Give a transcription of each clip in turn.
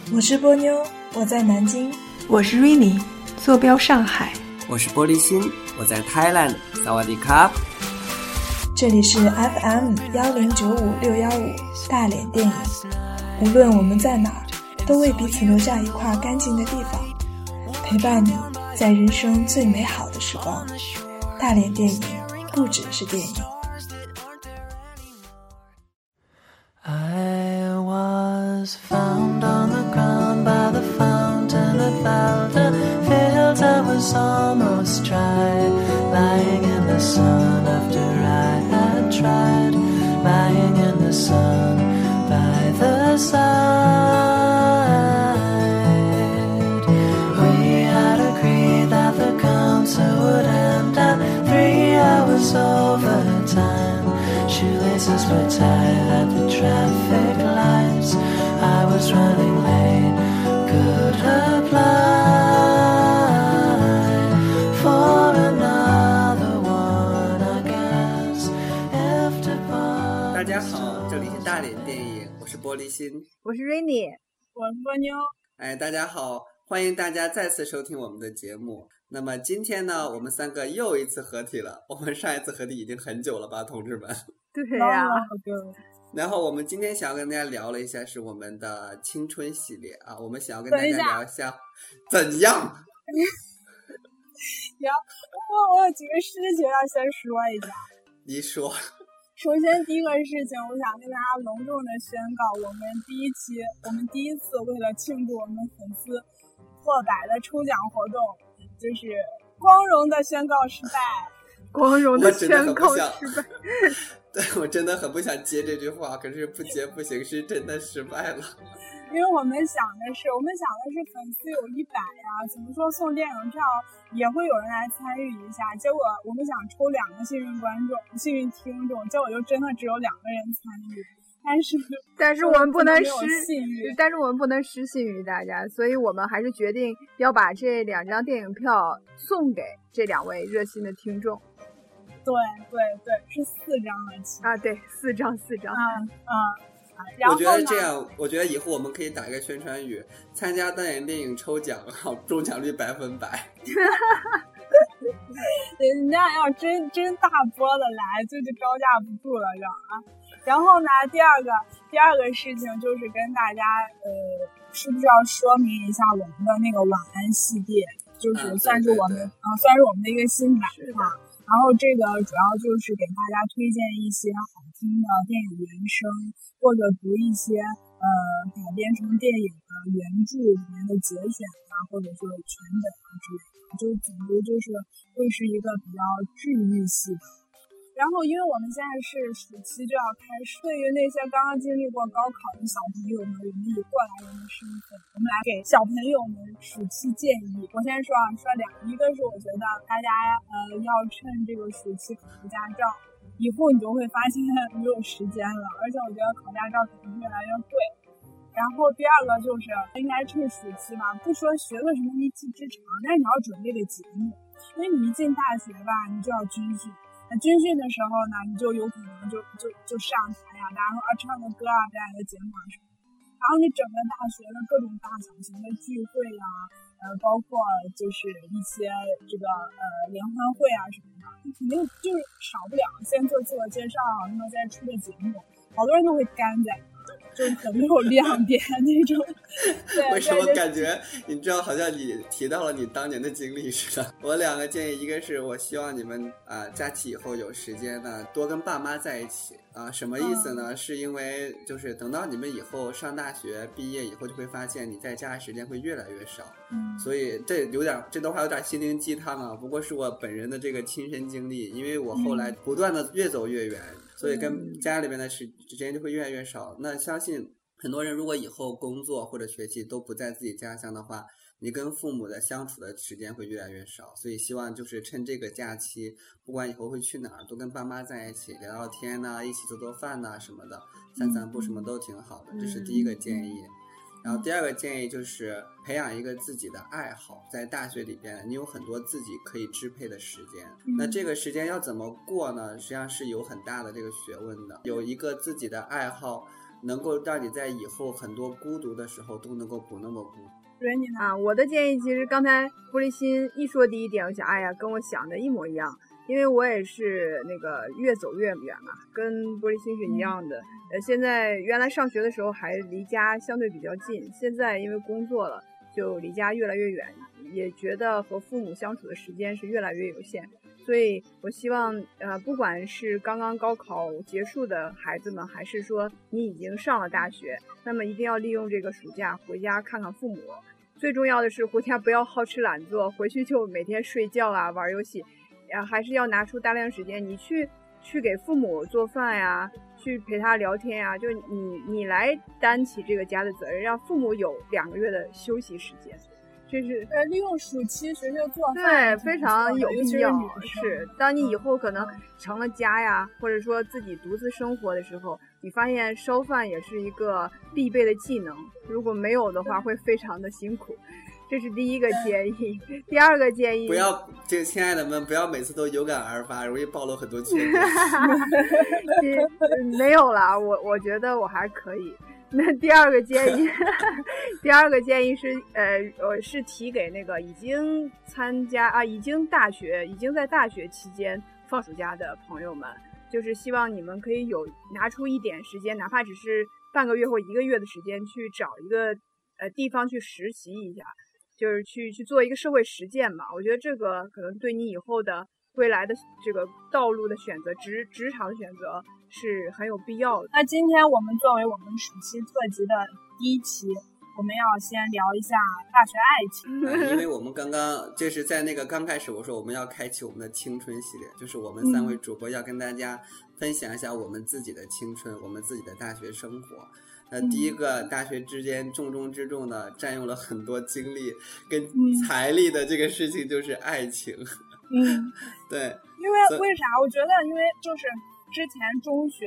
我是波妞，我在南京。 我是 Rini， 坐标上海。 我是玻璃心，我在 Thailand， 萨瓦迪卡。 这里是 FM1095615大连电影。无论我们在哪儿，都为彼此留下一块干净的地方，陪伴你在人生最美好的时光。大连电影不只是电影。 I was found on the ground by the fountain of Valda Fields. I was almost dry, lying in the sun after I had tried, lying in the sun by the side. We had agreed that the concert would end at 3 hours overtime. Shoelaces were tied at the traffic lights. I was running late, could apply for another one, I guess, if to part. 大家好，这里是大连电影，我是玻璃心， 我是 Rini， 我是波妞。 大家好，欢迎大家再次收听我们的节目。那么今天呢，我们三个又一次合体了。我们上一次合体已经很久了吧，同志们？ 对呀、 然后我们今天想要跟大家聊了一下是我们的青春系列啊，我们想要跟大家聊一下怎样。 我有几个事情要先说一下。 你说。 首先第一个事情，我想跟大家隆重的宣告，我们第一次为了庆祝我们粉丝破百的抽奖活动，就是光荣的宣告失败。 光荣的宣告失败。 对，我真的很不想接这句话，可是不接不行，是真的失败了。 因为我们想的是粉丝有100呀，怎么说送电影票也会有人来参与一下，结果我们想抽2个幸运听众，结果就真的只有2个人参与。但是我们不能失信于大家，所以我们还是决定要把这2张电影票送给这2位热心的听众。对，是4张了啊，对，4张。然后我觉得这样，我觉得以后我们可以打一个宣传语：参加大连电影抽奖，中奖率100%。 人家要真大波的来，就招架不住了，知道吗？然后呢，第二个事情就是跟大家是不是要说明一下我们的那个晚安系列，就是算是我们的一个新版哈。然后这个主要就是给大家推荐一些好听的电影原声，或者读一些改编成电影的原著里面的节选啊，或者是全本啊之类的，就总之就是会是一个比较治愈系的。然后因为我们现在是暑期就要开始，对于那些刚刚经历过高考的小朋友们，我们以过来人的身份，我们来给小朋友们暑期建议。我先说2个，一个是我觉得大家要趁这个暑期考驾照，以后你就会发现没有时间了，而且我觉得考驾照可能越来越贵。然后第二个就是应该趁暑期吧，不说学个什么一技之长，但是你要准备个节目，因为你一进大学吧，你就要军训。军训的时候呢，你就有可能就上台呀，然后唱个歌啊，表演个节目啊什么的。然后你整个大学的各种大小型的聚会啊，包括就是一些这个联欢会啊什么的，你肯定就是少不了先做自我介绍，然后再出个节目，好多人都会干在。就是很没有亮点那种。 为什么感觉你知道好像你提到了你当年的经历似的？我2个建议，一个是我希望你们假期以后有时间呢多跟爸妈在一起啊。什么意思呢？是因为就是等到你们以后上大学毕业以后，就会发现你在家的时间会越来越少。所以这段话有点心灵鸡汤啊，不过是我本人的这个亲身经历，因为我后来不断的越走越远。所以跟家里面的时间就会越来越少。那相信很多人如果以后工作或者学习都不在自己家乡的话，你跟父母的相处的时间会越来越少。所以希望就是趁这个假期，不管以后会去哪儿，都跟爸妈在一起聊聊天啊，一起做饭啊什么的，散散步什么都挺好的。这是第一个建议。然后第2个建议就是培养一个自己的爱好，在大学里边你有很多自己可以支配的时间，那这个时间要怎么过呢？实际上是有很大的这个学问的。有一个自己的爱好， 能够让你在以后很多孤独的时候都能够不那么孤独。 我的建议其实刚才玻璃心一说第一点，我想哎呀跟我想的一模一样，因为我也是那个越走越远嘛，跟玻璃心是一样的。现在原来上学的时候还离家相对比较近，现在因为工作了就离家越来越远，也觉得和父母相处的时间是越来越有限。所以我希望不管是刚刚高考结束的孩子们，还是说你已经上了大学，那么一定要利用这个暑假回家看看父母。最重要的是回家不要好吃懒做，回去就每天睡觉啊玩游戏，还是要拿出大量时间你去给父母做饭呀，去陪他聊天呀，就你来担起这个家的责任，让父母有2个月的休息时间。这是利用暑期学学做饭， 对，非常有必要。是，当你以后可能成了家呀，或者说自己独自生活的时候，你发现烧饭也是一个必备的技能，如果没有的话会非常的辛苦。这是第一个建议。第二个建议， 不要，这个亲爱的们，不要每次都有感而发，容易暴露很多缺点。 没有啦，我觉得我还可以。那第二个建议是是提给那个已经在大学期间放暑假的朋友们，就是希望你们可以拿出一点时间，哪怕只是半个月或1个月的时间，去找一个地方去实习一下，就是去做一个社会实践吧。我觉得这个可能对你以后的未来的这个道路的选择，职场选择是很有必要的。 那今天我们作为我们暑期特辑的第一期，我们要先聊一下大学爱情。 因为我们刚刚就是在那个刚开始我说我们要开启我们的青春系列，就是我们3位主播要跟大家分享一下我们自己的青春，我们自己的大学生活。那第一个大学之间重中之重的占用了很多精力跟财力的这个事情就是爱情。对， 因为为啥？我觉得因为就是之前中学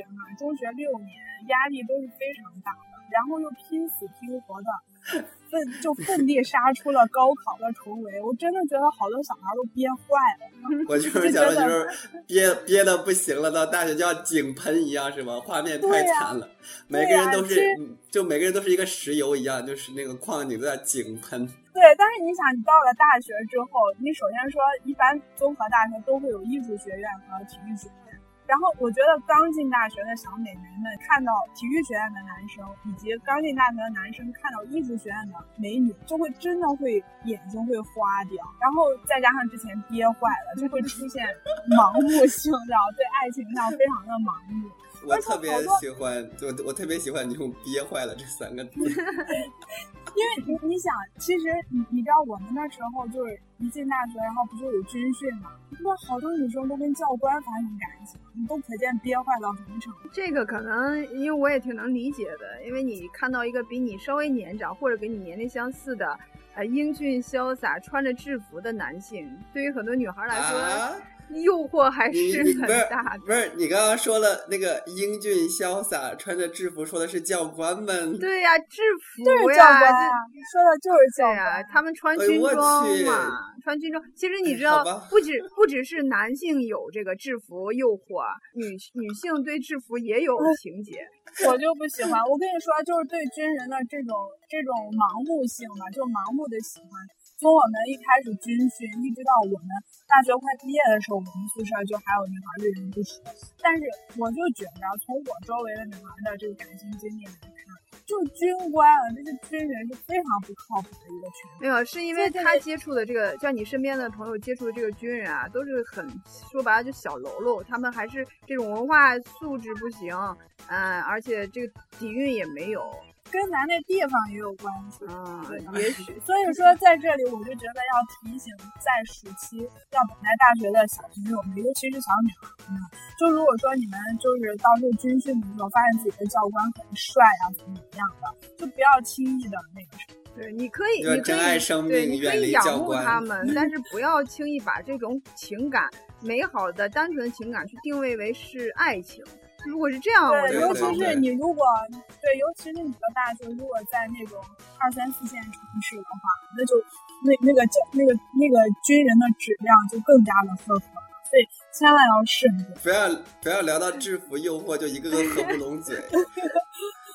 6年压力都是非常大的，然后又拼死拼活的奋力杀出了高考的重围，我真的觉得好多小孩都憋坏了。 我就是想说，就是憋的不行了，到大学就要井喷一样，是吧？画面太惨了，每个人都是就每个人都是一个石油一样，就是那个矿井都在井喷。 对，但是你想，你到了大学之后，你首先说，一般综合大学都会有艺术学院和体育学院。然后我觉得刚进大学的小美眉们看到体育学院的男生，以及刚进大学的男生看到艺术学院的美女，就会真的会眼睛会花掉，然后再加上之前憋坏了，就会出现盲目性，然后对爱情上非常的盲目。 我特别喜欢，我特别喜欢你用“憋坏了”这3个字。 因为你想，其实你知道我们那时候就是一进大学，然后不就有军训嘛？那好多女生都跟教官发生感情，你都可见憋坏到什么程度。 这个可能因为我也挺能理解的，因为你看到一个比你稍微年长或者跟你年龄相似的英俊潇洒穿着制服的男性，对于很多女孩来说诱惑还是很大的。 不是你刚刚说了那个英俊潇洒穿着制服，说的是教官们。 对呀，制服就是教官啊，说的就是教官呀，他们穿军装嘛，穿军装。其实你知道，不只是男性有这个制服诱惑，女性对制服也有情节。 我就不喜欢，我跟你说，就是对军人的这种盲目性吧，就盲目的喜欢。从我们一开始军训一直到我们大学快毕业的时候，我们宿舍就还有女孩对人不熟。但是我就觉得，从我周围的女孩的这个感情经历来看，就军官啊，这些军人是非常不靠谱的一个群体。 没有，是因为他接触的这个，像你身边的朋友接触的这个军人啊，都是很说白了就小喽啰，他们还是这种文化素质不行，而且这个底蕴也没有。 跟咱那地方也有关系也许。 所以说在这里我就觉得要提醒在暑期要等待大学的小朋友们，尤其是小女孩们，就如果说你们就是到时候军训的时候发现自己的教官很帅啊怎么样的，就不要轻易的那个什么。 对，你可以珍爱生命，远离教官。 他们，但是不要轻易把这种情感美好的单纯的情感去定位为是爱情。如果是这样， 对，尤其是你如果尤其是你的大学如果在那种2、3、4线城市的话，那就那个军人的质量就更加的苛刻了，所以千万要慎重。 不要聊到制服诱惑就一个个合不拢嘴。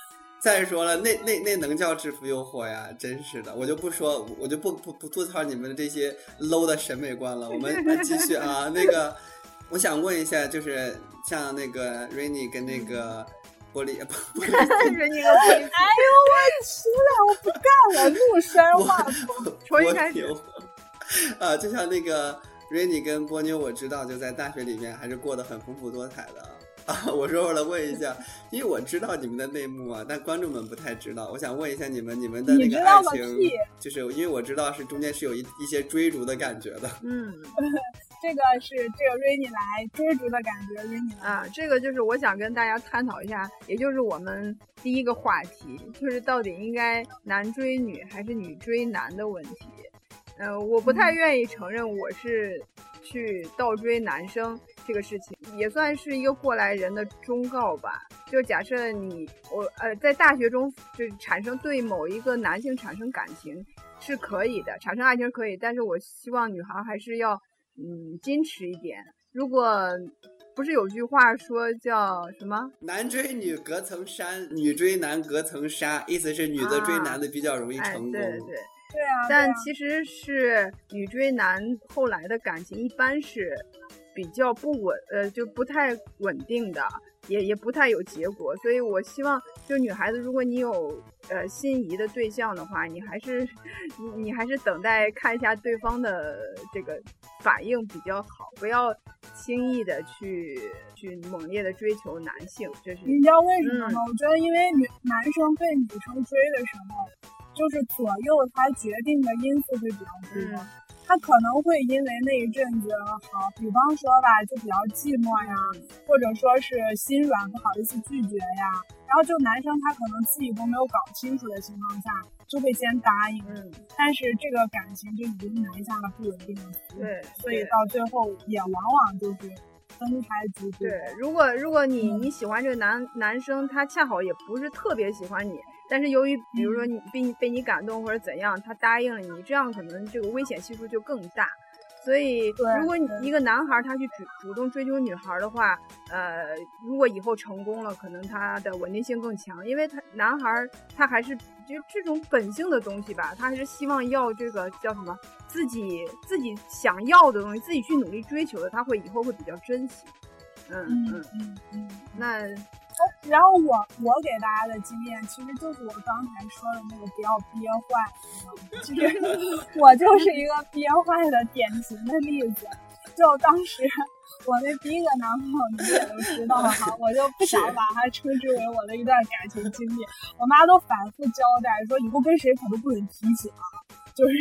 再说了，那能叫制服诱惑呀？真是的，我就不说，我就不吐槽你们的这些 low 的审美观了。我们继续啊，那个，我想问一下，就是像那个 Rainy 跟那个玻璃 Rainy 和玻璃， 哎呦我出来，我不干了，怒摔话筒， 重新开始啊，就像那个 Rainy 跟波妞，我知道就在大学里面还是过得很丰富多彩的。啊，我说我来问一下，因为我知道你们的内幕啊，但观众们不太知道。我想问一下你们的那个爱情，就是因为我知道是中间是有一些追逐的感觉的。 这个是这个 Rainy 来追逐的感觉 ，Rainy 啊，这个就是我想跟大家探讨一下，也就是我们第一个话题，就是到底应该男追女还是女追男的问题。我不太愿意承认我是去倒追男生这个事情，也算是一个过来人的忠告吧。就假设我在大学中就产生对某一个男性产生感情是可以的，产生爱情是可以，但是我希望女孩还是要矜持一点。如果不是有句话说叫什么？ 男追女隔层山，女追男隔层纱，意思是女的追男的比较容易成功。 对。 对啊， 但其实是女追男后来的感情一般是比较不稳，就不太稳定的，也不太有结果。所以我希望，就女孩子，如果你有心仪的对象的话，你还是等待看一下对方的这个反应比较好，不要轻易的去猛烈的追求男性。这是你知道为什么吗？我觉得因为男生被女生追的时候，就是左右他决定的因素会比较多。他可能会因为那一阵子好，比方说吧，就比较寂寞呀，或者说是心软不好意思拒绝呀，然后就男生他可能自己都没有搞清楚的情况下，就会先答应。但是这个感情就已经埋下了不稳定的土，所以到最后也往往就是分开居住。 对，如果你喜欢这个男生，他恰好也不是特别喜欢你，但是由于比如说你被你感动或者怎样，他答应了你，这样可能这个危险系数就更大。所以如果一个男孩他去主动追求女孩的话，如果以后成功了，可能他的稳定性更强，因为男孩他还是就这种本性的东西吧，他还是希望要这个叫什么自己想要的东西，自己去努力追求的，他以后会比较珍惜。那然后我给大家的经验其实就是我刚才说的那个不要憋坏，其实我就是一个憋坏的典型的例子。就当时我那第一个男朋友你也都知道哈，我就不想把他称之为我的一段感情经历，我妈都反复交代说以后跟谁可都不准提起啊，就是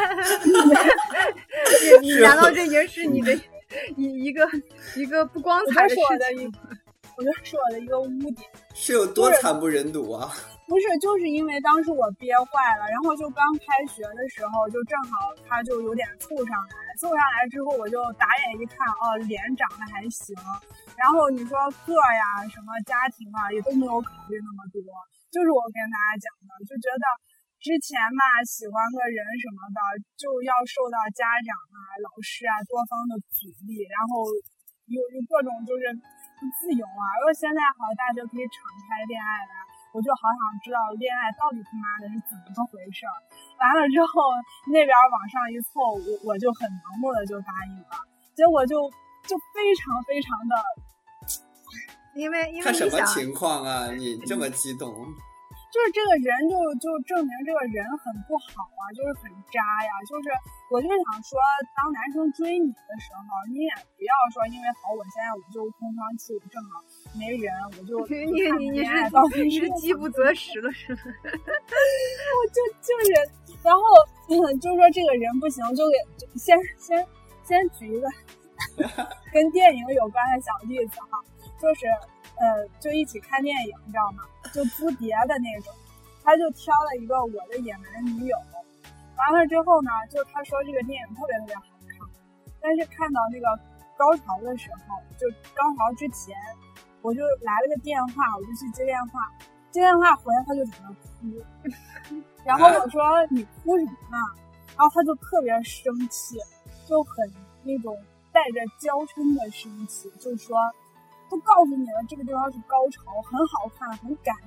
你难道这已经是你的一个不光彩的事情？ 我觉得是我的一个污点。 是有多惨不忍睹啊！ 不是，就是因为当时我憋坏了，然后就刚开学的时候，就正好他就有点凑上来之后，我就打眼一看，脸长得还行，然后你说个呀什么家庭啊也都没有考虑那么多，就是我跟大家讲的，就觉得之前嘛喜欢个人什么的就要受到家长啊老师啊多方的阻力，然后有各种就是不自由啊，而现在好大家可以敞开恋爱了，我就好想知道恋爱到底他妈的是怎么个回事。完了之后那边往上一凑，我就很盲目的就答应了，结果就非常非常的， 因为看什么情况啊？你这么激动？ 就是这个人就证明这个人很不好啊，就是很渣呀。就是我就想说，当男生追你的时候，你也不要说因为好，我现在我就空窗期，我正好没人，我就你是饥不择食了是吗？ 我就是然后就说这个人不行，就给先举一个跟电影有关的小例子哈，就是就一起看电影，你知道吗？就租碟的那种，他就挑了一个我的野蛮女友，完了之后呢，就他说这个电影特别特别好看，但是看到那个高潮的时候，就高潮之前，我就来了个电话，我就去接电话回来他就在那哭，然后我说你哭什么呢？然后他就特别生气，就很那种带着娇嗔的生气，就说都告诉你了，这个地方是高潮，很好看，很感人，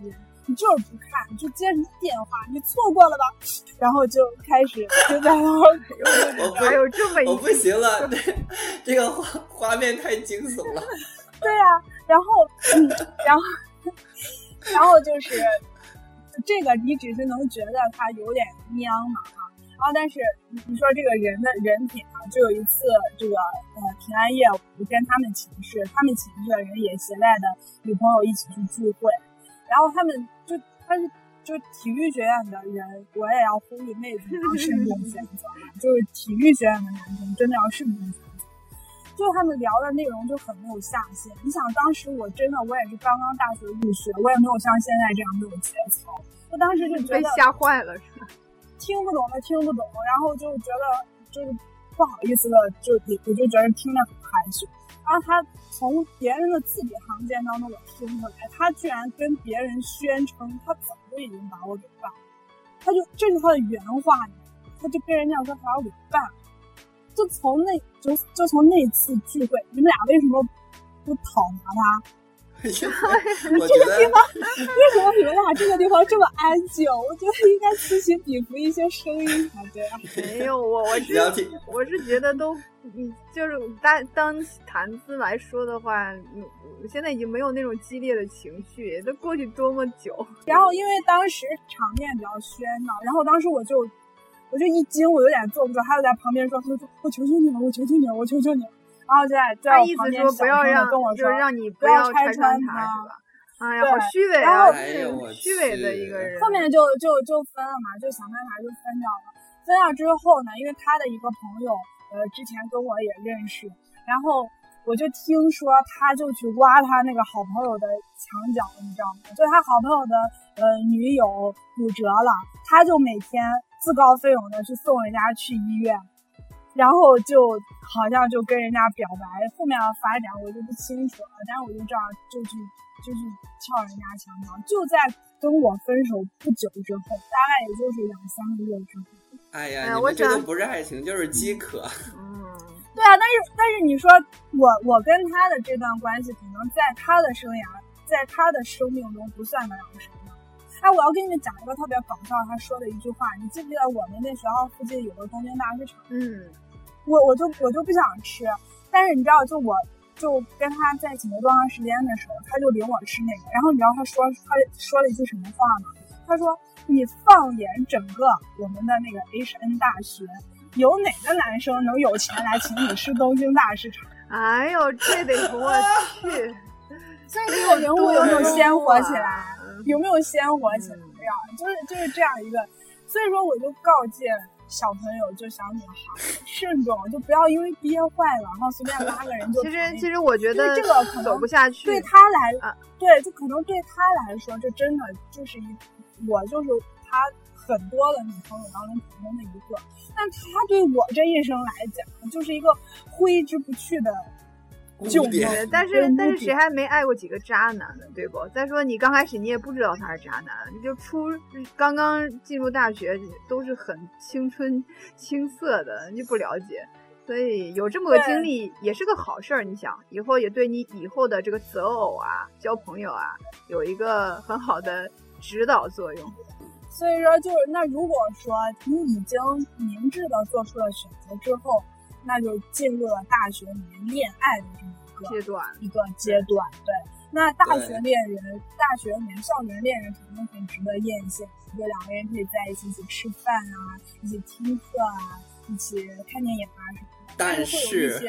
你就是不看，你就接什么电话，你错过了吧？然后就开始就在那儿， 还有这么一， 我不行了，这个画面太惊悚了。 对啊，然后然后就是这个，你只是能觉得他有点娘嘛啊。然后但是你说这个人的人品啊，就有一次这个平安夜，我跟他们寝室的人也携带的女朋友一起去聚会，然后他是体育学院的人，我也要呼吁妹子要慎重选择，就是体育学院的男生真的要慎重选择。就他们聊的内容就很没有下限。你想，当时我也是刚刚大学入学，我也没有像现在这样没有节操，我当时就觉得被吓坏了，是吧？ 听不懂，然后就觉得就是不好意思的，我就觉得听着很害羞。然后他从别人的字里行间当中我听出来，他居然跟别人宣称他早就已经把我给办了，这是他的原话，他就跟人家说他要给办了。就从那次聚会，你们俩为什么不讨伐他？ 我觉得这个地方为什么你们俩这个地方这么安静？我觉得应该此起彼伏一些声音才对啊。 没有，我是觉得都，就是当谈资来说的话，现在已经没有那种激烈的情绪，都过去多么久。 然后因为当时场面比较喧闹，然后当时我就一惊，我有点坐不住，他就在旁边说：“他说我求求你了，我求求你了，我求求你了。”然后就在我旁边小声的跟我说， 让你不要拆穿他， 是吧？哎呀，好虚伪啊！虚伪的一个人。 后面就分了嘛，就想办法就分掉了。分掉之后呢，因为他的一个朋友，之前跟我也认识，然后我就听说他就去挖他那个好朋友的墙角，你知道吗？就他好朋友的女友骨折了，他就每天自告奋勇的去送人家去医院。然后就好像就跟人家表白，后面的发展我就不清楚了，但是我就这样就去撬人家墙角，就在跟我分手不久之后，大概也就是2-3个月之后。 哎呀，你们这都不是爱情，就是饥渴。 对啊，但是你说我跟他的这段关系，可能在他的生涯，在他的生命中不算得了什么。哎，我要跟你们讲一个特别搞笑他说的一句话，你记不记得我们那学校附近有个东京大市场？我就不想吃，但是你知道，我就跟他在一起没多长时间的时候，他就领我吃那个，然后你知道他说了一句什么话吗？他说：“你放眼整个我们的那个 HN 大学，有哪个男生能有钱来请你吃东京大市场？”哎呦，这得我去！ 所以这个人物有没有鲜活起来？有没有鲜活起来呀？就是这样一个，所以说我就告诫小朋友，就小女孩慎重，就不要因为憋坏了，然后随便拉个人就。 其实我觉得这个可能走不下去， 对他来，对，就可能对他来说，这真的就是我就是他很多的女朋友当中普通的一个，但他对我这一生来讲，就是一个挥之不去的。 但是谁还没爱过几个渣男呢，对不？再说你刚开始你也不知道他是渣男，你就刚刚进入大学都是很青春青涩的，你不了解，所以有这么个经历也是个好事儿。你想以后也对你以后的这个择偶啊、交朋友啊有一个很好的指导作用。 所以说就是那如果说你已经明智的做出了选择之后，那就进入了大学里面恋爱的这么一个阶段。对，那大学里面校园恋人肯定很值得艳羡，就两个人可以在一起吃饭啊，一起听课啊，一起看电影啊什么的。 但是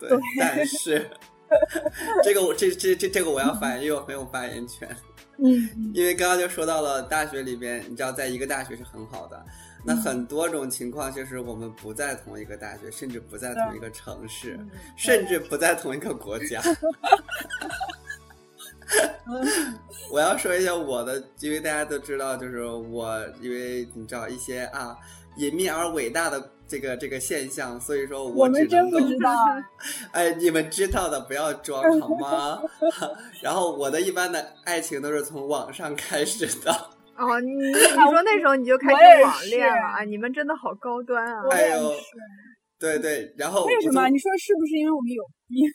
这个我要反映，因为我很有发言权。因为刚刚就说到了大学里边，你知道在一个大学是很好的，那很多种情况就是我们不在同一个大学，甚至不在同一个城市，甚至不在同一个国家。我要说一下我的，因为大家都知道，就是我因为你知道一些隐秘而伟大的这个现象，所以说我们真不知道。 哎，你们知道的不要装好吗？然后我的一般的爱情都是从网上开始的。 哦，你说那时候你就开始网恋了啊？你们真的好高端啊！ 哎呦，对，然后为什么？你说是不是因为我们有病？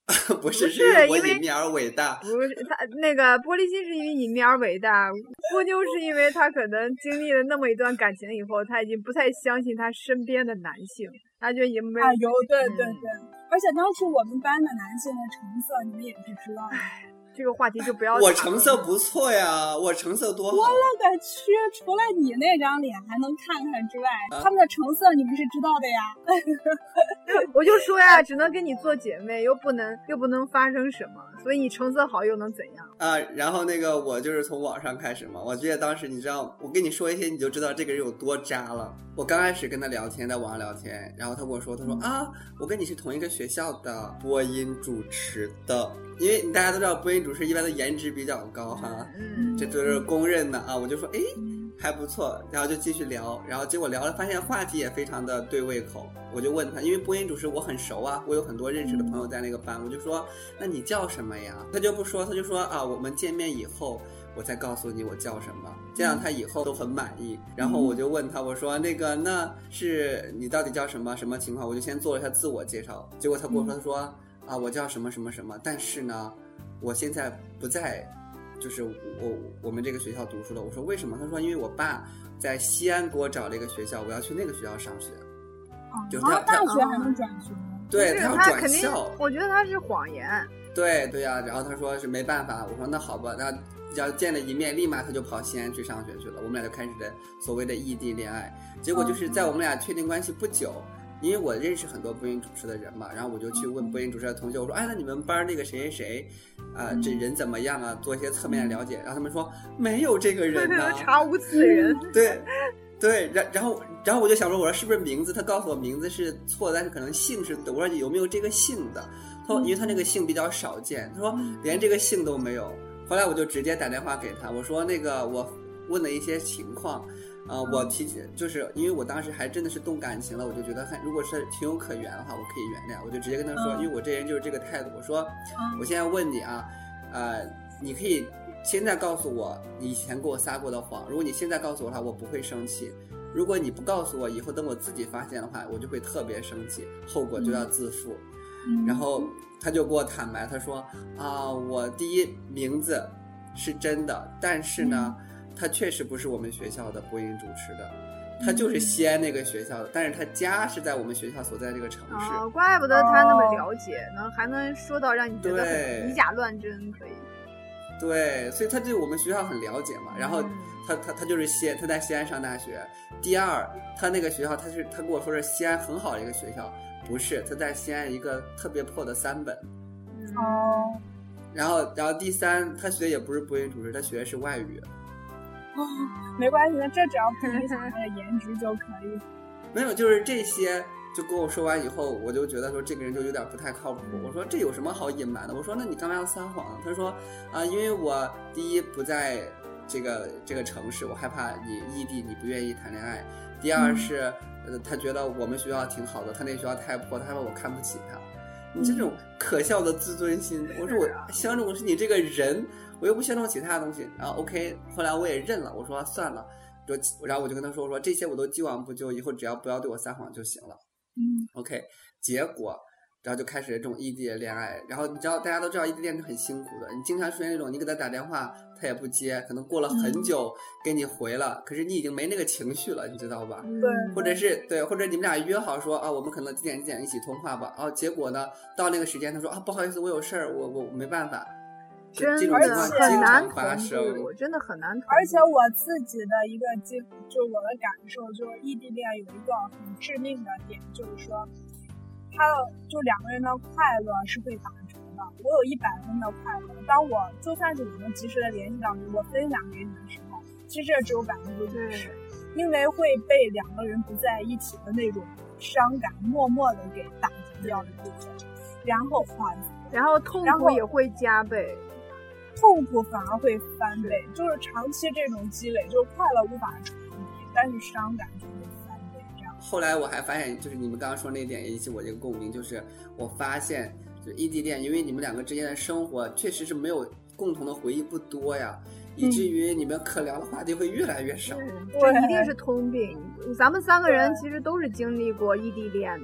不是，是我隐秘而伟大。 不是他那个玻璃心是因为隐秘而伟大，波妞是因为他可能经历了那么一段感情以后，他已经不太相信他身边的男性，他就已经没有。 对。而且当时我们班的男性的成色，你们也是知道的。 这个话题就不要。 我成色不错呀，我成色多好。 我勒个去！除了你那张脸还能看看之外，他们的成色你们是知道的呀。 我就说呀，只能跟你做姐妹，又不能发生什么，所以你成色好又能怎样啊？然后那个我就是从网上开始嘛，我记得当时你知道，我跟你说一些你就知道这个人有多渣了。我刚开始跟他聊天，在网上聊天，然后他跟我说，他说啊，我跟你是同一个学校的播音主持的。因为大家都知道播音主持一般的颜值比较高哈，这都是公认的啊。我就说哎还不错，然后就继续聊，然后结果聊了发现话题也非常的对胃口。我就问他，因为播音主持我很熟啊，我有很多认识的朋友在那个班，我就说那你叫什么呀？他就不说，他就说啊我们见面以后我再告诉你我叫什么，这样他以后都很满意。然后我就问他，我说那个那是你到底叫什么什么情况？我就先做了一下自我介绍，结果他跟我说，他说啊我叫什么什么什么，但是呢我现在不在就是我们这个学校读书了。我说为什么？他说因为我爸在西安给我找了一个学校，我要去那个学校上学。就是他大学还能转学？ 对，他要转校。 我觉得他是谎言。 对呀，然后他说是没办法。我说那好吧，那要见了一面，立马他就跑西安去上学去了。我们俩就开始了所谓的异地恋爱。结果就是在我们俩确定关系不久，因为我认识很多播音主持的人嘛，然后我就去问播音主持的同学，我说哎，那你们班那个谁谁谁这人怎么样啊？做一些侧面的了解。然后他们说没有这个人呢， 查无此人。 对，然后我就想说，我说是不是名字？他告诉我名字是错的，但是可能姓是对。我说有没有这个姓的？他说因为他那个姓比较少见，他说连这个姓都没有。后来我就直接打电话给他，我说那个我问了一些情况。我提起就是因为我当时还真的是动感情了，我就觉得如果是情有可原的话，我可以原谅。我就直接跟他说，因为我这人就是这个态度。我说我现在问你啊，你可以现在告诉我你以前给我撒过的谎，如果你现在告诉我的话，我不会生气。如果你不告诉我，以后等我自己发现的话，我就会特别生气，后果就要自负。然后他就给我坦白，他说我第一名字是真的，但是呢他确实不是我们学校的播音主持的，他就是西安那个学校的，但是他家是在我们学校所在这个城市。 怪不得他那么了解，还能说到让你觉得很以假乱真，可以。 对，所以他对我们学校很了解嘛。然后他就是他在西安上大学。第二，他那个学校他跟我说是西安很好的一个学校，不是，他在西安一个特别破的3本。然后第三，他学的也不是播音主持，他学的是外语。 没关系，这只要不影响他的颜值就可以。 没有，就是这些就跟我说完以后，我就觉得说这个人就有点不太靠谱。我说这有什么好隐瞒的？我说那你干嘛要撒谎？他说因为我第一不在这个城市，我害怕你异地，你不愿意谈恋爱。第二是他觉得我们学校挺好的，他那学校太破，他害怕我看不起他。你这种可笑的自尊心，我说我相中的是你这个人，我又不相中其他东西。然后 OK， 后来我也认了，我说算了，然后我就跟他说这些我都既往不咎，以后只要不要对我撒谎就行了。OK， 结果然后就开始这种异地的恋爱。然后你知道大家都知道异地恋是很辛苦的，你经常出现那种你给他打电话他也不接，可能过了很久给你回了，可是你已经没那个情绪了，你知道吧？ 对， 或者你们俩约好说我们可能几点一起通话吧。结果呢到那个时间他说不好意思我有事儿，我没办法。 真的很难发生， 真的很难。 而且我自己的一个就我的感受就是异地恋有一个很致命的点，就是说就两个人的快乐是会打折的。我有100分的快乐，当我就算是我能及时的联系到你，我分享给你的时候，其实这只有50%，因为会被两个人不在一起的那种伤感默默的给打击掉的部分，然后痛苦也会加倍。 痛苦反而会翻倍，就是长期这种积累，就是快乐无法传递，但是伤感就会翻倍这样。 后来我还发现，就是你们刚刚说那点也引起我这个共鸣，就是我发现就是异地恋，因为你们两个之间的生活确实是没有共同的回忆不多呀，以至于你们可聊的话题会越来越少。 这一定是通病。咱们3个人其实都是经历过异地恋的。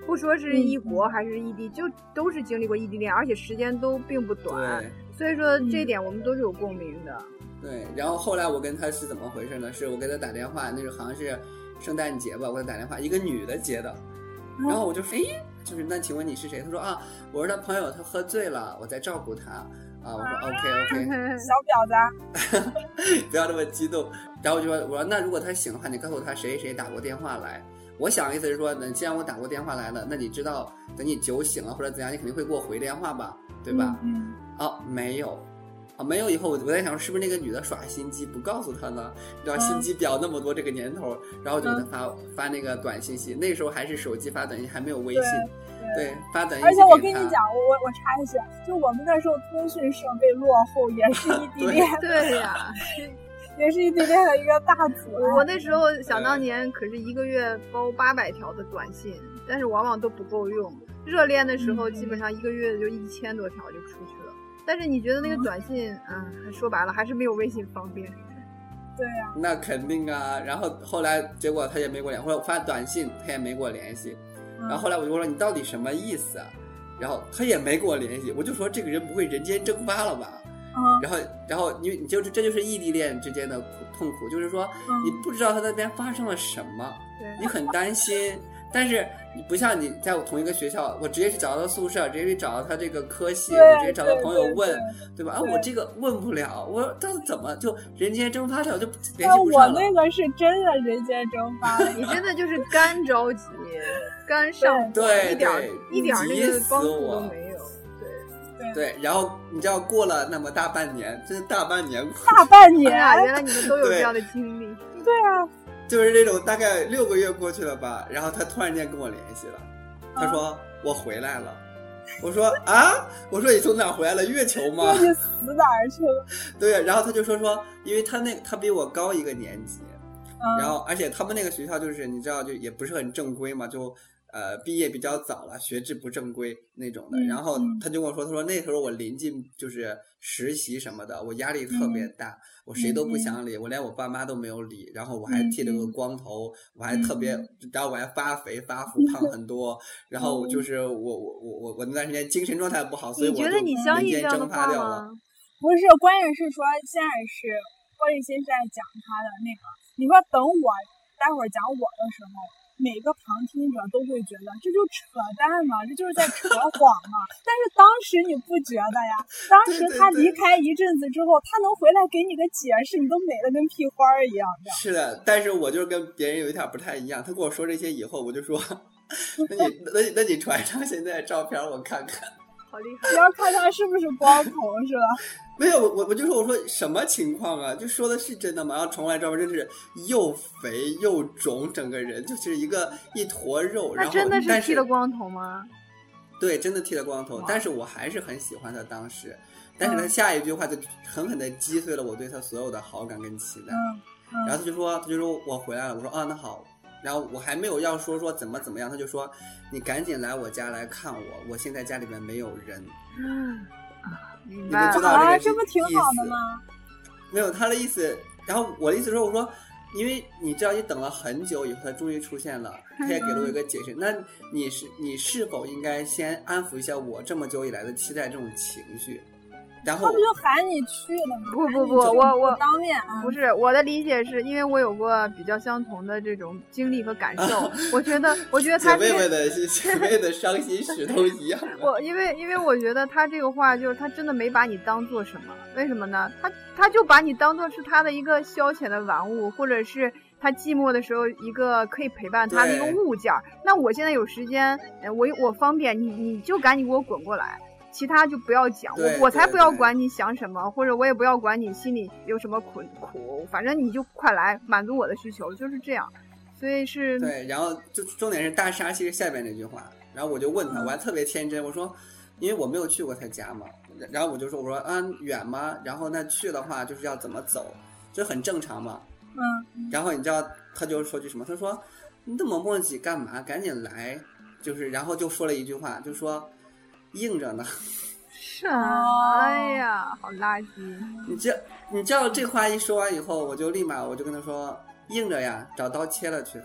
不说是异国还是异地，就都是经历过异地恋，而且时间都并不短，所以说这一点我们都是有共鸣的。 对，然后后来我跟他是怎么回事呢？是我给他打电话，那时候好像是圣诞节吧，我给他打电话，一个女的接的，然后我就说，就是那请问你是谁？他说啊，我是他朋友，他喝醉了，我在照顾他。啊，我说 OK， 小婊子， 不要这么激动。然后我说那如果他醒的话，你告诉他谁谁打过电话来。我想意思是说，那既然我打过电话来了，那你知道等你酒醒了或者怎样，你肯定会给我回电话吧，对吧？没有。没有以后我在想是不是那个女的耍心机不告诉他呢？你知道心机婊那么多这个年头，然后就给他发那个短信息，那时候还是手机发短信，还没有微信。对，发短信。 而且我跟你讲，我插一句，就我们那时候通讯设备落后，也是异地恋。 对呀， 也是异地恋的一个大阻碍。 我那时候想当年可是一个月包800条的短信，但是往往都不够用。热恋的时候基本上一个月就1000多条就出去了。但是你觉得那个短信，说白了还是没有微信方便。 对呀， 那肯定啊。然后后来结果他也没跟我联系，后来我发短信他也没跟我联系。然后后来我就说你到底什么意思啊？然后他也没跟我联系，我就说这个人不会人间蒸发了吧？然后你就是这就是异地恋之间的痛苦，就是说你不知道他那边发生了什么，你很担心。但是你不像你在同一个学校，我直接去找到他宿舍，直接去找到他这个科系，我直接找到朋友问，对吧？我这个问不了，我到底怎么就人间蒸发了，就联系不上了。 我那个是真的人间蒸发了， 你真的就是干着急，干上对， 一点那个光速都没有。 对，然后你知道过了那么大半年，真是大半年， 原来你们都有这样的经历。 对啊。 就是这种大概6个月过去了吧，然后他突然间跟我联系了，他说我回来了。我说我说你从哪回来了？月球吗？ 你死哪儿去了？ 对，然后他就说，因为他比我高1个年级，然后而且他们那个学校就是你知道就也不是很正规嘛，就毕业比较早了，学制不正规那种的。然后他就跟我说，他说那时候我临近就是实习什么的，我压力特别大，我谁都不想理，我连我爸妈都没有理，然后我还剃了个光头，我还特别，然后我还发肥发福胖很多，然后就是我那段时间精神状态不好，所以我就人间蒸发掉了。 不是，关键是说现在是郭立新在讲他的那个，你说等我待会儿讲我的时候，每个旁听者都会觉得这就扯淡嘛，这就是在扯谎嘛。但是当时你不觉得呀？当时他离开一阵子之后，他能回来给你个解释，你都美得跟屁花一样的。 是的，但是我就是跟别人有一点不太一样。他跟我说这些以后，我就说，那你传上现在的照片我看看。 好厉害！ 你要看他是不是光头是吧？ 没有，我就说我说什么情况啊？就说的是真的吗？然后传过来照片真是又肥又肿，整个人就是一坨肉。 那真的是剃了光头吗？ 对，真的剃了光头。但是我还是很喜欢他当时。但是他下一句话就狠狠地击碎了我对他所有的好感跟期待。然后他就说我回来了。我说那好。然后我还没有要说怎么样，他就说你赶紧来我家来看我现在家里面没有人。你们知道这个这不挺好的吗？ 没有他的意思。然后我的意思说，我说因为你知道你等了很久以后他终于出现了，他也给了我一个解释。那你是否应该先安抚一下我这么久以来的期待这种情绪？然后他不就喊你去了吗？ 不，我当面不是我的理解是因为我有过比较相同的这种经历和感受，我觉得他姐妹的伤心史都一样。 因为我觉得他这个话就是他真的没把你当做什么，为什么呢？他就把你当做是他的一个消遣的玩物，或者是他寂寞的时候一个可以陪伴他的一个物件。那我现在有时间，我方便，你就赶紧给我滚过来。其他就不要讲，我才不要管你想什么，或者我也不要管你心里有什么苦，反正你就快来满足我的需求，就是这样。所以是对，然后就重点是大杀器是下面那句话，然后我就问他，我还特别天真，我说因为我没有去过他家嘛，然后我说远吗？然后那去的话就是要怎么走，这很正常嘛。然后你知道他就说句什么？他说你这么磨叽干嘛？赶紧来，就是然后就说了一句话，就说。硬着呢， 什么呀，好垃圾！ 你知道这话一说完以后，我就立马我就跟他说硬着呀，找刀切了去。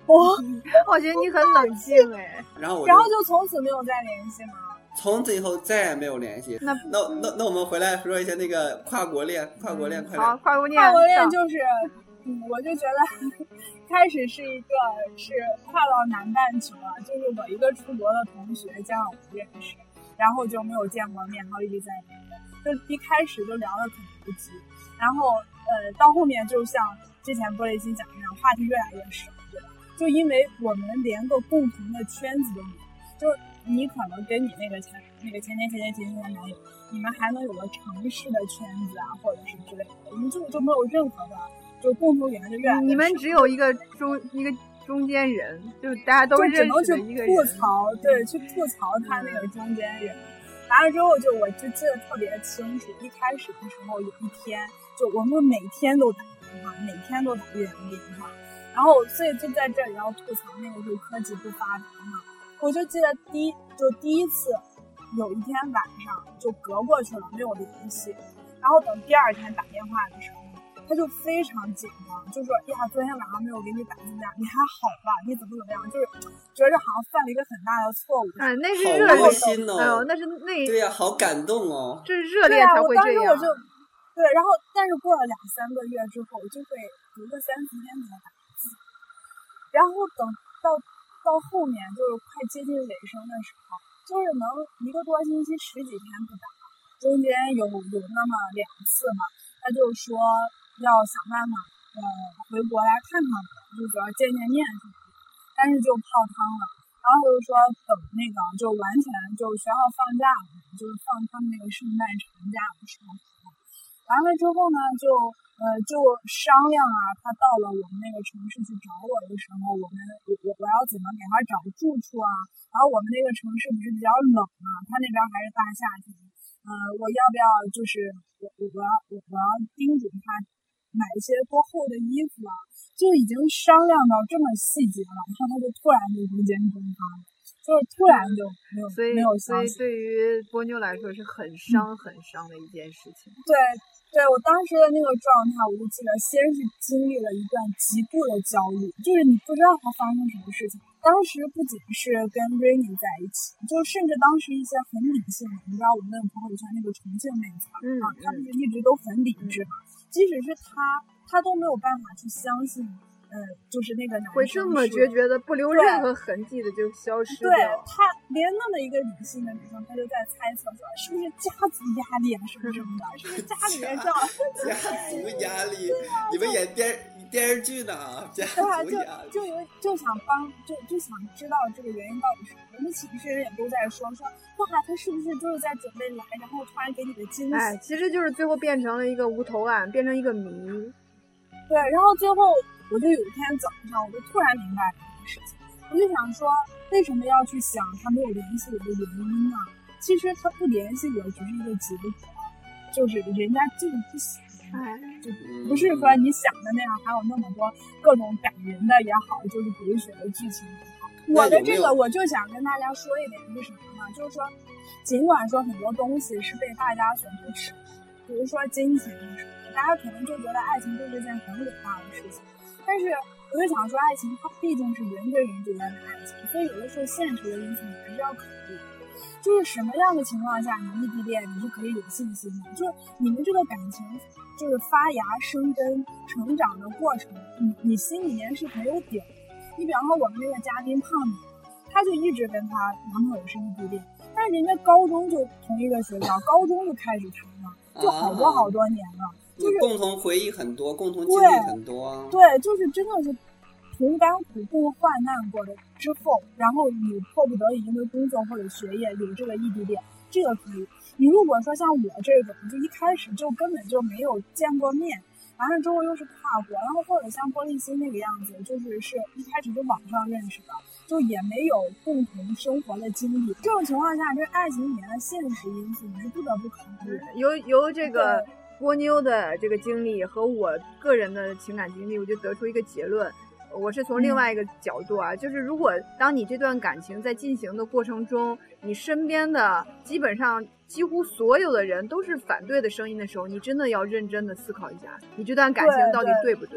我觉得你很冷静哎。 然后就从此没有再联系吗？ 从此以后再也没有联系。那我们回来说一下那个跨国恋，快点。 好，跨国恋就是，我就觉得开始是跨到南半球了，就是我一个出国的同学加上我认识，然后就没有见过面，然后一直在聊，就一开始就聊得很投机，然后到后面就像之前玻璃心讲的那样，话题越来越少，对吧？就因为我们连个共同的圈子都没有，就是你可能跟你那个前男友，你们还能有个城市的圈子啊，或者是之类的，你们就没有任何的就共同语言，就越来越少。 你们只有一个中间人，就大家都认识的一个人， 就只能去吐槽，对，去吐槽他那个中间人。完了之后我就记得特别清楚，一开始的时候有一天，就我们每天都打电话，每天都打越洋电话，然后所以就在这里要吐槽那个时候科技不发达嘛。我就记得第一次有一天晚上就隔过去了，没有联系，然后等第二天打电话的时候，他就非常紧张，就说呀，昨天晚上没有给你打进来，你还好吧？你怎么样？就是觉着好像犯了一个很大的错误。 那是热恋心哦， 哎呦，那是对呀，好感动哦。 这是热恋才会这样。 我当时对，然后但是过了2-3个月之后，就会隔个3-4天才打一次，然后等到后面就是快接近尾声的时候，就是能1个多星期10几天不打，中间有那么2次嘛，他就说要想办法回国来看看我，就主要见面什么的，但是就泡汤了。然后就说等那个就完全就学校放假了，就是放他们那个圣诞长假的时候，完了之后呢就商量啊，他到了我们那个城市去找我的时候，我要怎么给他找住处啊？然后我们那个城市不是比较冷啊，他那边还是大夏天，我要不要就是我要叮嘱他买一些多厚的衣服啊？就已经商量到这么细节了，然后他就突然就无间蒸发了，就是突然就没有消息。 所以对于波妞来说是很伤的一件事情。 对，我当时的那个状态，我就记得先是经历了一段极度的焦虑，就是你不知道它发生什么事情。当时不仅是跟 Rainy 在一起，就甚至当时一些很理性的，你知道我们那个朋友圈那个重庆妹子啊，他们一直都很理智嘛，即使是他都没有办法去相信。就是那个男生会这么决绝的不留任何痕迹的就消失掉。 对，他连那么一个理性的女生，他就在猜测说是不是家族压力啊什么什么的，是不是家里面这样家族压力，你们演电视剧呢？家族压力， 就想就想知道这个原因到底是什么。我们寝室人也都在说哇，他是不是就是在准备来，然后突然给你个惊喜？ 其实就是最后变成了一个无头案，变成一个谜。 对，然后最后我就有一天早上，我就突然明白了这个事情，我就想说，为什么要去想他没有联系我的原因呢？其实他不联系我只是一个结果，就是人家就是不喜欢，就不是说你想的那样，还有那么多各种感人的也好，就是狗血的剧情也好。我的这个我就想跟大家说一点是什么呢？就是说，尽管说很多东西是被大家所不耻，比如说金钱什么的，大家可能就觉得爱情就是件很伟大的事情。但是我就想说，爱情它毕竟是人跟人之间的爱情，所以有的时候现实的因素你还是要考虑。就是什么样的情况下你异地恋你是可以有信心的？就是你们这个感情就是发芽生根成长的过程，你心里面是没有底。你比方说我们那个嘉宾胖女，她就一直跟她男朋友是异地恋，但是人家高中就同一个学校，高中就开始谈了，就好多年了。就是共同回忆很多，共同经历很多。 对，就是真的是同甘苦共患难过的之后，然后你迫不得已因为工作或者学业有这个异地恋，这个可以。你如果说像我这种，就一开始就根本就没有见过面，完了之后又是跨国，然后或者像玻璃心那个样子，就是一开始就网上认识的，就也没有共同生活的经历。这种情况下，这爱情里面的现实因素你是不得不考虑的。 由这个波妞的这个经历和我个人的情感经历，我就得出一个结论。我是从另外一个角度啊，就是如果当你这段感情在进行的过程中，你身边的基本上几乎所有的人都是反对的声音的时候，你真的要认真的思考一下，你这段感情到底对不对？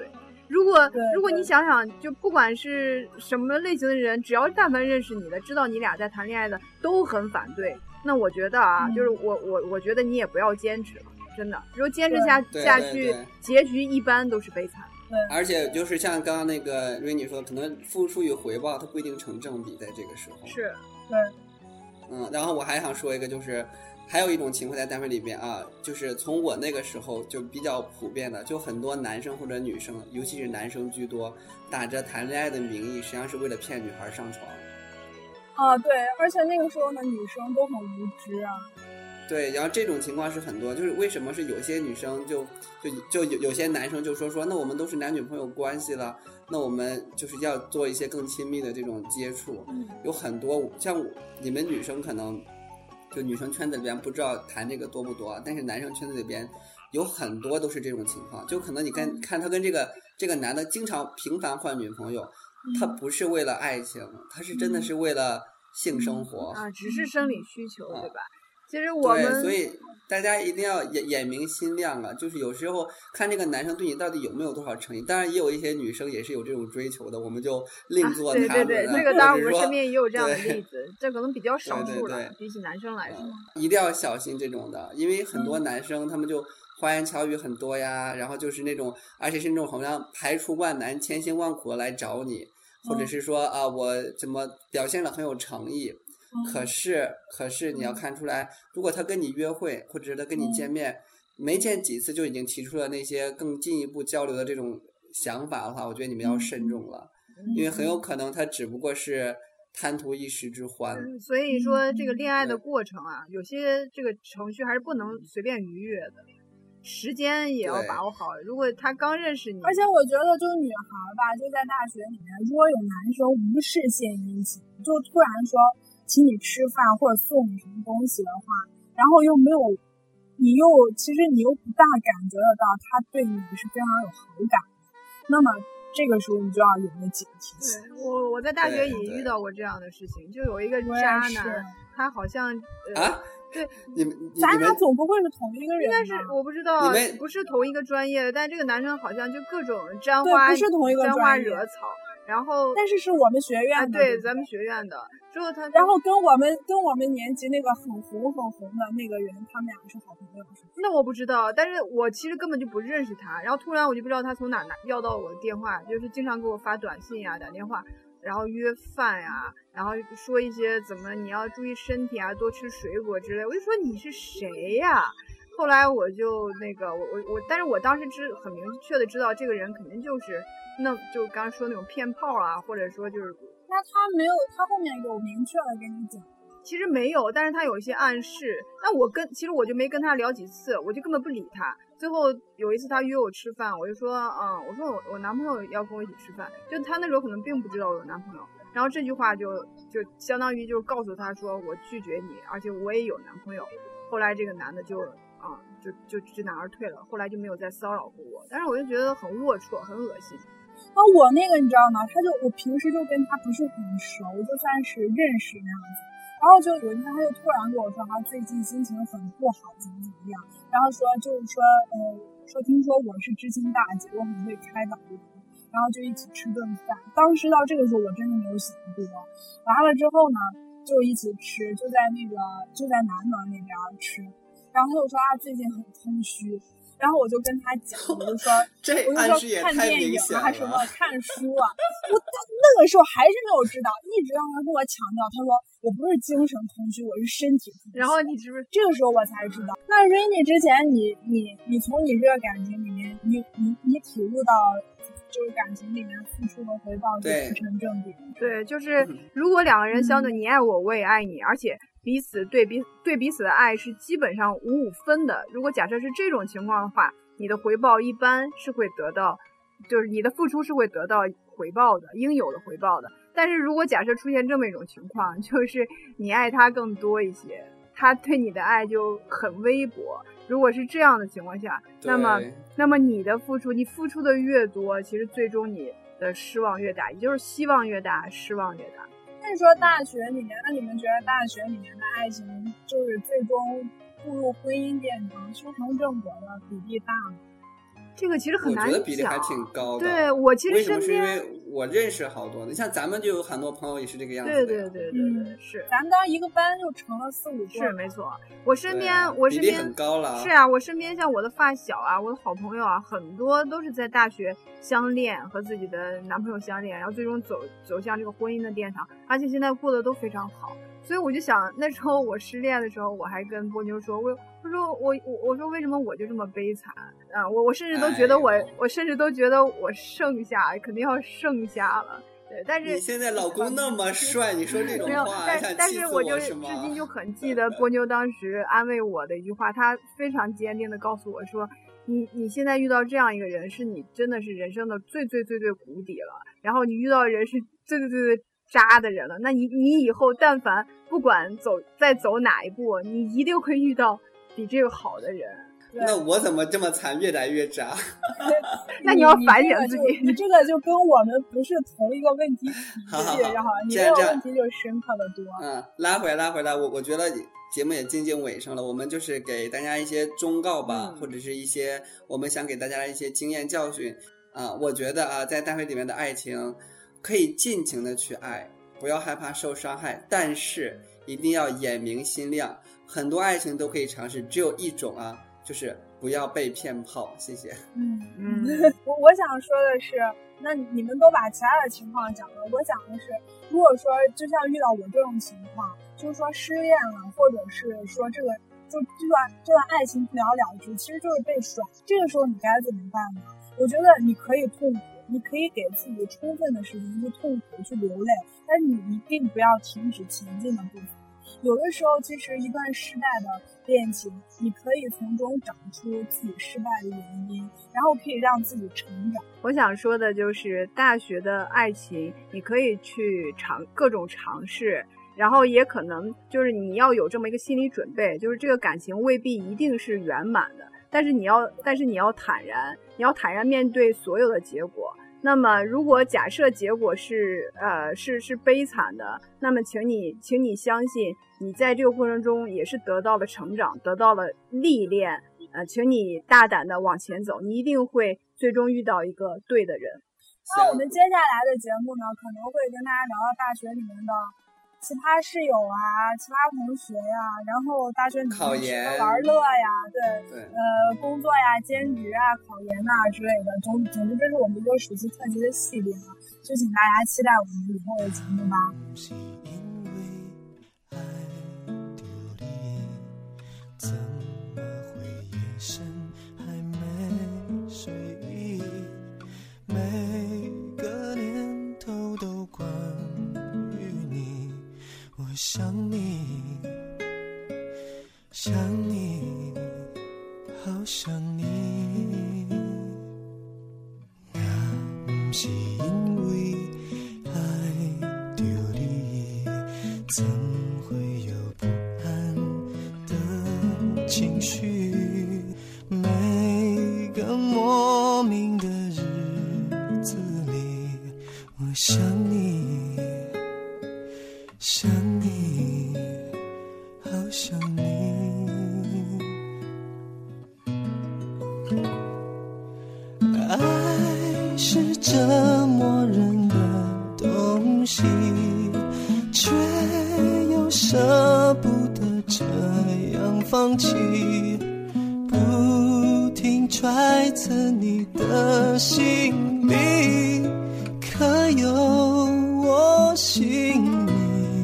如果你想想，就不管是什么类型的人，只要但凡认识你的，知道你俩在谈恋爱的，都很反对。那我觉得啊，就是我觉得你也不要坚持了，真的。如果坚持下去，结局一般都是悲惨。 而且就是像刚刚那个瑞妮说，可能付出与回报它不一定成正比，在这个时候。 是， 对。 然后我还想说一个，就是还有一种情况在单位里边啊，就是从我那个时候就比较普遍的，就很多男生或者女生，尤其是男生居多，打着谈恋爱的名义，实际上是为了骗女孩上床。 啊，对，而且那个时候呢，女生都很无知啊。 对，然后这种情况是很多，就是为什么是有些女生就有些男生就说那我们都是男女朋友关系了，那我们就是要做一些更亲密的这种接触。有很多像你们女生可能就女生圈子里边不知道谈这个多不多，但是男生圈子里边有很多都是这种情况，就可能你看他跟这个男的经常频繁换女朋友，他不是为了爱情，他是真的是为了性生活啊，只是生理需求，对吧？其实我们对，所以大家一定要眼明心亮啊！就是有时候看这个男生对你到底有没有多少诚意，当然也有一些女生也是有这种追求的，我们就另做他们。 对，这个当然我们身边也有这样的例子，这可能比较少数了，比起男生来说。 一定要小心这种的，因为很多男生他们就花言巧语很多呀，然后就是那种，而且是那种好像排除万难、千辛万苦来找你，或者是说啊，我怎么表现得很有诚意。可是你要看出来，如果他跟你约会或者他跟你见面，没见几次就已经提出了那些更进一步交流的这种想法的话，我觉得你们要慎重了，因为很有可能他只不过是贪图一时之欢。 所以说这个恋爱的过程啊，有些这个程序还是不能随便逾越的，时间也要把握好。如果他刚认识你， 而且我觉得就是女孩吧，就在大学里面，如果有男生无事献殷勤，就突然说请你吃饭或者送你什么东西的话，然后又没有，其实你又不大感觉得到他对你是非常有好感的，那么这个时候你就要有个警惕心。 我在大学也遇到过这样的事情，就有一个渣男，他好像对， 咱俩总不会是同一个人吧？ 应该是我不知道，不是同一个专业的，但这个男生好像就各种沾花， 不是同一个专业， 惹草。然后， 但是我们学院的， 对，咱们学院的。之后然后跟我们年级那个很红的那个人，他们俩是好朋友。 那我不知道，但是我其实根本就不认识他。然后突然我就不知道他从哪要到我的电话，就是经常给我发短信呀、打电话，然后约饭呀，然后说一些怎么你要注意身体啊，多吃水果之类。我就说你是谁呀？后来我就但是我当时很明确的知道这个人肯定就是就刚刚说那种骗炮啊，或者说就是。 那他没有，他后面有明确的跟你讲。 其实没有，但是他有一些暗示。那其实我就没跟他聊几次，我就根本不理他。最后有一次他约我吃饭，我就说我说我男朋友要跟我一起吃饭，就他那时候可能并不知道我有男朋友。然后这句话就相当于就是告诉他说我拒绝你，而且我也有男朋友。后来这个男的就知难而退了，后来就没有再骚扰过我。但是我就觉得很龌龊，很恶心。 我那个你知道吗？我平时就跟他不是很熟，就算是认识那样子。然后就有一天他就突然跟我说他最近心情很不好，怎么样，然后说听说我是知心大姐，我很会开导人，然后就一起吃顿饭。当时到这个时候我真的没有想多，完了之后呢就一起吃，就在南门那边吃。然后他就说他最近很空虚。然后我就跟他讲，我就说看电影啊什么看书啊，我那个时候还是没有知道，一直让他跟我强调，他说我不是精神空虚，我是身体空虚。 然后你是不是这个时候我才知道？那Rainy之前你从你这个感情里面，你体悟到就是感情里面付出和回报是不成正比。 对，就是如果两个人相对，你爱我，我也爱你，而且彼此对彼此的爱是基本上5-5分的。如果假设是这种情况的话，你的回报一般是会得到，就是你的付出是会得到回报的，应有的回报的。但是如果假设出现这么一种情况，就是你爱他更多一些，他对你的爱就很微薄。如果是这样的情况下，那么你付出的越多，其实最终你的失望越大，也就是希望越大，失望越大。 那说大学里面，那你们觉得大学里面的爱情就是最终步入婚姻殿堂、修成正果的比例大吗？ 这个其实很难讲， 我觉得比例还挺高的。 对，我其实为什么？ 身边是因为我认识好多，你像咱们就有很多朋友也是这个样子的。 对，是。 咱们当时一个班就成了4-5个， 是没错。我身边比例很高了。 是啊，我身边像我的发小啊，我的好朋友啊，很多都是在大学相恋，和自己的男朋友相恋，然后最终走向这个婚姻的殿堂，而且现在过得都非常好。所以我就想，那时候我失恋的时候，我还跟波妞说，我说为什么我就这么悲惨啊？我甚至都觉得我甚至都觉得我剩下肯定要剩下了。对，但是你现在老公那么帅，你说这种话， 但是我就至今就很记得波妞当时安慰我的一句话，她非常坚定的告诉我说，你现在遇到这样一个人，是你真的是人生的最最最最谷底了，然后你遇到的人是最最最最渣的人了，那你以后但凡不管再走哪一步，你一定会遇到比这个好的人。 那我怎么这么惨，越来越渣？ 那你要反省自己。 你这个就跟我们不是同一个问题体系，然后你这个问题就深刻的多。 拉回来，我觉得节目也接近尾声了，我们就是给大家一些忠告吧，或者是一些我们想给大家的一些经验教训啊。我觉得啊，在大学里面的爱情可以尽情的去爱，不要害怕受伤害，但是一定要眼明心亮。很多爱情都可以尝试，只有一种啊，就是不要被骗炮。谢谢。 我想说的是，那你们都把其他的情况讲了，我讲的是，如果说就像遇到我这种情况，就是说失恋了，或者是说这段爱情不了了之，其实就是被甩，这个时候你该怎么办呢？我觉得你可以痛苦，你可以给自己充分的时间去痛苦去流泪，但是你一定不要停止前进的步伐。有的时候其实一段失败的恋情，你可以从中找出自己失败的原因，然后可以让自己成长。 我想说的就是大学的爱情你可以去各种尝试，然后也可能就是你要有这么一个心理准备，就是这个感情未必一定是圆满的，但是你要坦然面对所有的结果。那么如果假设结果是悲惨的，那么请你相信你在这个过程中也是得到了成长，得到了历练，请你大胆的往前走，你一定会最终遇到一个对的人。 那我们接下来的节目呢，可能会跟大家聊到大学里面的奇葩室友啊，奇葩同学呀，然后大学里面考研玩乐呀，对，工作呀、兼职啊、考研啊之类的，总之这是我们一个暑期特辑的系列啊，就请大家期待我们以后的节目吧。 怎么会夜深还没睡意？每个念头都关于你，我想你，想你，好想你。也不是因为爱着你，怎会有不安的情绪？每个莫名的日子里，我想你，想你，好想你。爱是折磨人的东西，却又舍不得这样放弃，不停揣测你的心里，可有我心里。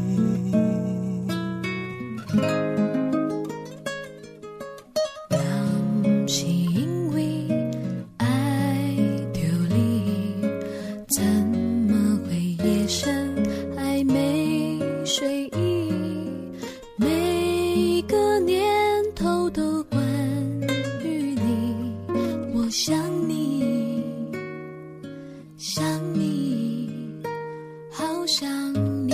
不是因为爱着你，怎么会夜深还没睡意？每个念头都关于你，我想你，想你，好想你。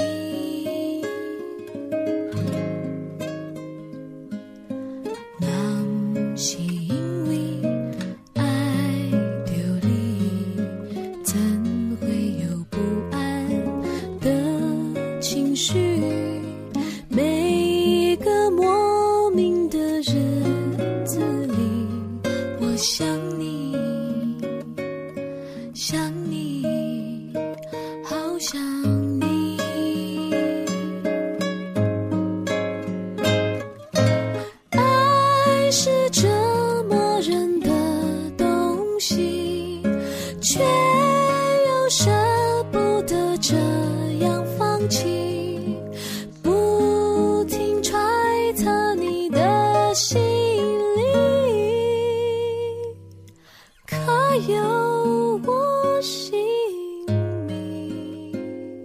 那是因为爱着你，怎会有不安的情绪？每个莫名的日子里，我想你。 得这样放弃，不停揣测你的心里，可有我姓名？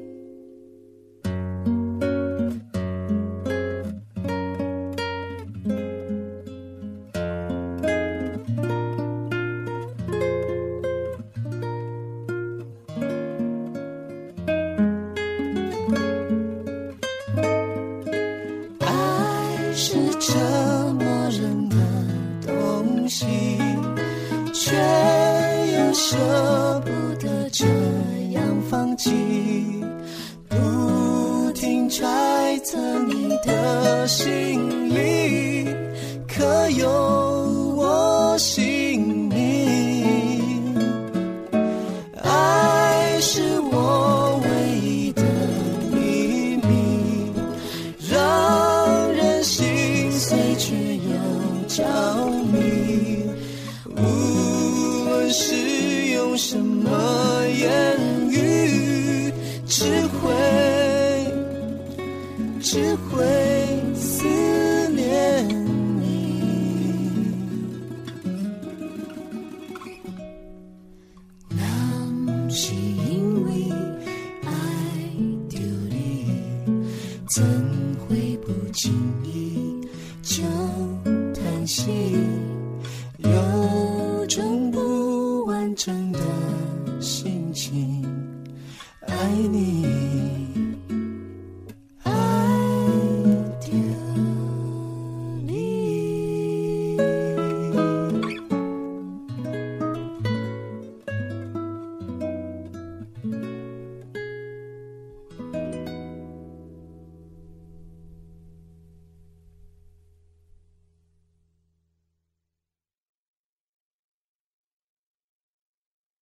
爱是折磨人的东西，却又舍不得这样放弃，不停揣测你的心里，可有我姓名？爱是我唯一的秘密，让人心碎却又着迷，无论是用什么言语，只会思念你。那是因为爱丢离，怎会不经意就叹息？